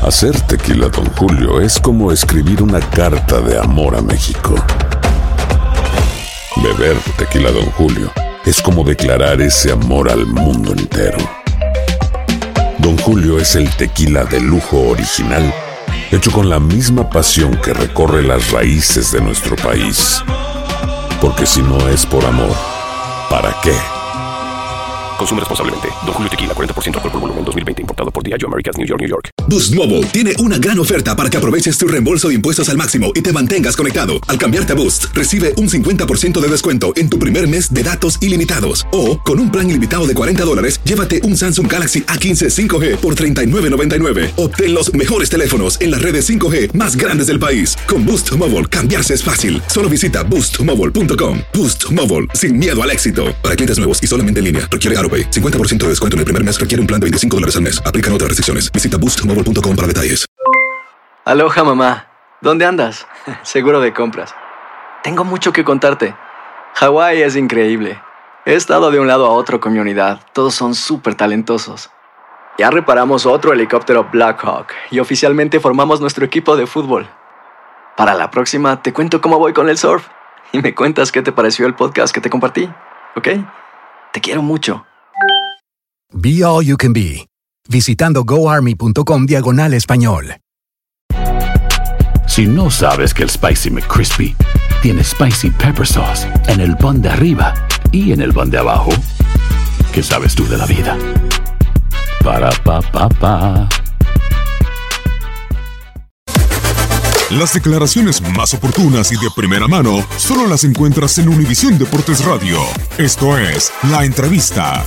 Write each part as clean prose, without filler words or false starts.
Hacer tequila Don Julio es como escribir una carta de amor a México. Beber tequila Don Julio es como declarar ese amor al mundo entero. Don Julio es el tequila de lujo original, hecho con la misma pasión que recorre las raíces de nuestro país. Porque si no es por amor, ¿para qué? Consume responsablemente. Don Julio Tequila, 40% alcohol por volumen, 2020. Importado por Diageo Americas, New York, New York. Boost Mobile tiene una gran oferta para que aproveches tu reembolso de impuestos al máximo y te mantengas conectado. Al cambiarte a Boost, recibe un 50% de descuento en tu primer mes de datos ilimitados. O, con un plan ilimitado de $40, llévate un Samsung Galaxy A15 5G por $39.99. Obtén los mejores teléfonos en las redes 5G más grandes del país. Con Boost Mobile, cambiarse es fácil. Solo visita boostmobile.com. Boost Mobile, sin miedo al éxito. Para clientes nuevos y solamente en línea, requiere AroPay. 50% de descuento en el primer mes requiere un plan de $25 al mes. Aplican otras restricciones. Visita boostmobile.com para detalles. Aloha, mamá. ¿Dónde andas? Seguro de compras. Tengo mucho que contarte. Hawái es increíble. He estado de un lado a otro con mi unidad. Todos son súper talentosos. Ya reparamos otro helicóptero Blackhawk y oficialmente formamos nuestro equipo de fútbol. Para la próxima te cuento cómo voy con el surf y me cuentas qué te pareció el podcast que te compartí, ¿ok? Te quiero mucho. Be All You Can Be, visitando goarmy.com/español. Si no sabes que el Spicy McCrispy tiene Spicy Pepper Sauce en el pan de arriba y en el pan de abajo, ¿qué sabes tú de la vida? Para, pa, pa, pa. Las declaraciones más oportunas y de primera mano solo las encuentras en Univisión Deportes Radio. Esto es La Entrevista.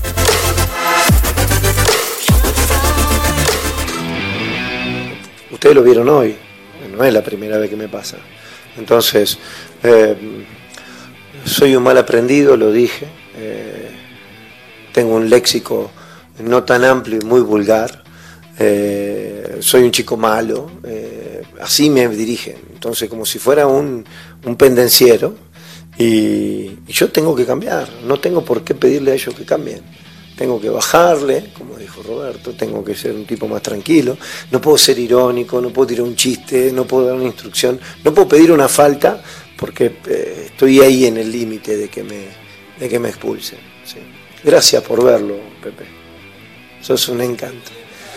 Ustedes lo vieron hoy, no es la primera vez que me pasa. Entonces, soy un mal aprendido, lo dije. Tengo un léxico no tan amplio y muy vulgar. Soy un chico malo, así me dirigen. Entonces, como si fuera un pendenciero. Y yo tengo que cambiar, no tengo por qué pedirle a ellos que cambien. Tengo que bajarle, como dijo Roberto, tengo que ser un tipo más tranquilo, no puedo ser irónico, no puedo tirar un chiste, no puedo dar una instrucción, no puedo pedir una falta porque estoy ahí en el límite de que me expulsen. ¿Sí? Gracias por verlo, Pepe. Sos un encanto.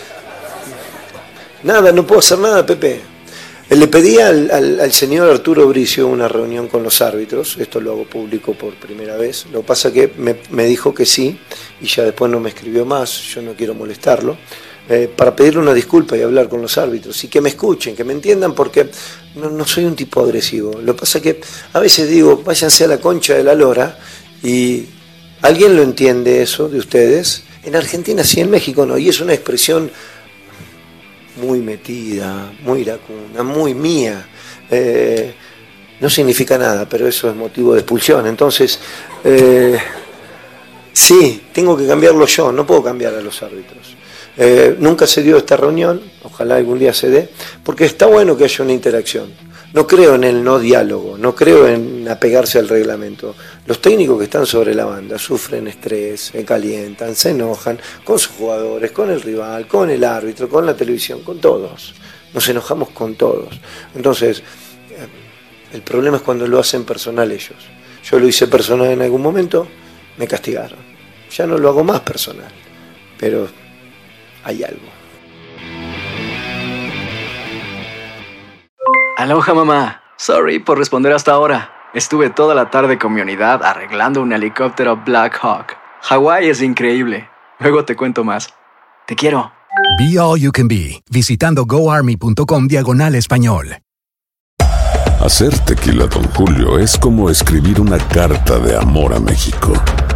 Nada, no puedo hacer nada, Pepe. Le pedí al señor Arturo Bricio una reunión con los árbitros, esto lo hago público por primera vez, lo que pasa es que me dijo que sí, y ya después no me escribió más, yo no quiero molestarlo, para pedirle una disculpa y hablar con los árbitros, y que me escuchen, que me entiendan, porque no soy un tipo agresivo. Lo que pasa es que a veces digo, váyanse a la concha de la lora, y ¿alguien lo entiende eso de ustedes? En Argentina sí, en México no, y es una expresión muy metida, muy iracunda, muy mía. No significa nada, pero eso es motivo de expulsión. Entonces, sí, tengo que cambiarlo yo, no puedo cambiar a los árbitros. Nunca se dio esta reunión, ojalá algún día se dé, porque está bueno que haya una interacción. No creo en el no diálogo, no creo en apegarse al reglamento. Los técnicos que están sobre la banda sufren estrés, se calientan, se enojan con sus jugadores, con el rival, con el árbitro, con la televisión, con todos. Nos enojamos con todos. Entonces, el problema es cuando lo hacen personal ellos. Yo lo hice personal en algún momento, me castigaron. Ya no lo hago más personal, pero hay algo. Aloha, mamá. Sorry por responder hasta ahora. Estuve toda la tarde con mi unidad arreglando un helicóptero Blackhawk. Hawái es increíble. Luego te cuento más. Te quiero. Be All You Can Be, visitando goarmy.com/español. Hacer tequila Don Julio es como escribir una carta de amor a México.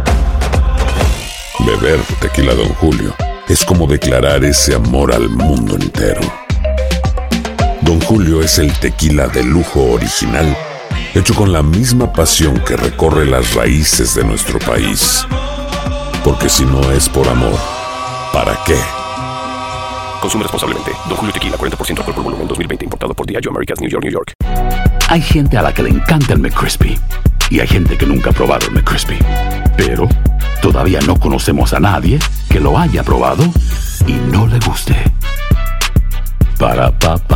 Beber tequila Don Julio es como declarar ese amor al mundo entero. Don Julio es el tequila de lujo original, hecho con la misma pasión que recorre las raíces de nuestro país. Porque si no es por amor, ¿para qué? Consume responsablemente. Don Julio Tequila, 40% alcohol por volumen, 2020. Importado por Diageo Americas, New York, New York. Hay gente a la que le encanta el McCrispy y hay gente que nunca ha probado el McCrispy. Pero todavía no conocemos a nadie que lo haya probado y no le guste. Para,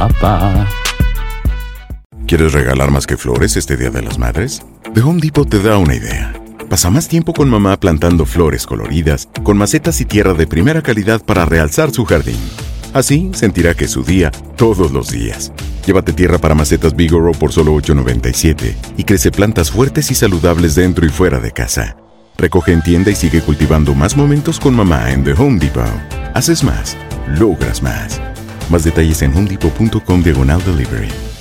Pa. ¿Quieres regalar más que flores este Día de las Madres? The Home Depot te da una idea. Pasa más tiempo con mamá plantando flores coloridas, con macetas y tierra de primera calidad para realzar su jardín. Así sentirá que es su día todos los días. Llévate tierra para macetas Bigoro por solo $8.97 y crece plantas fuertes y saludables dentro y fuera de casa. Recoge en tienda y sigue cultivando más momentos con mamá en The Home Depot. Haces más, logras más. Más detalles en homedepot.com/delivery.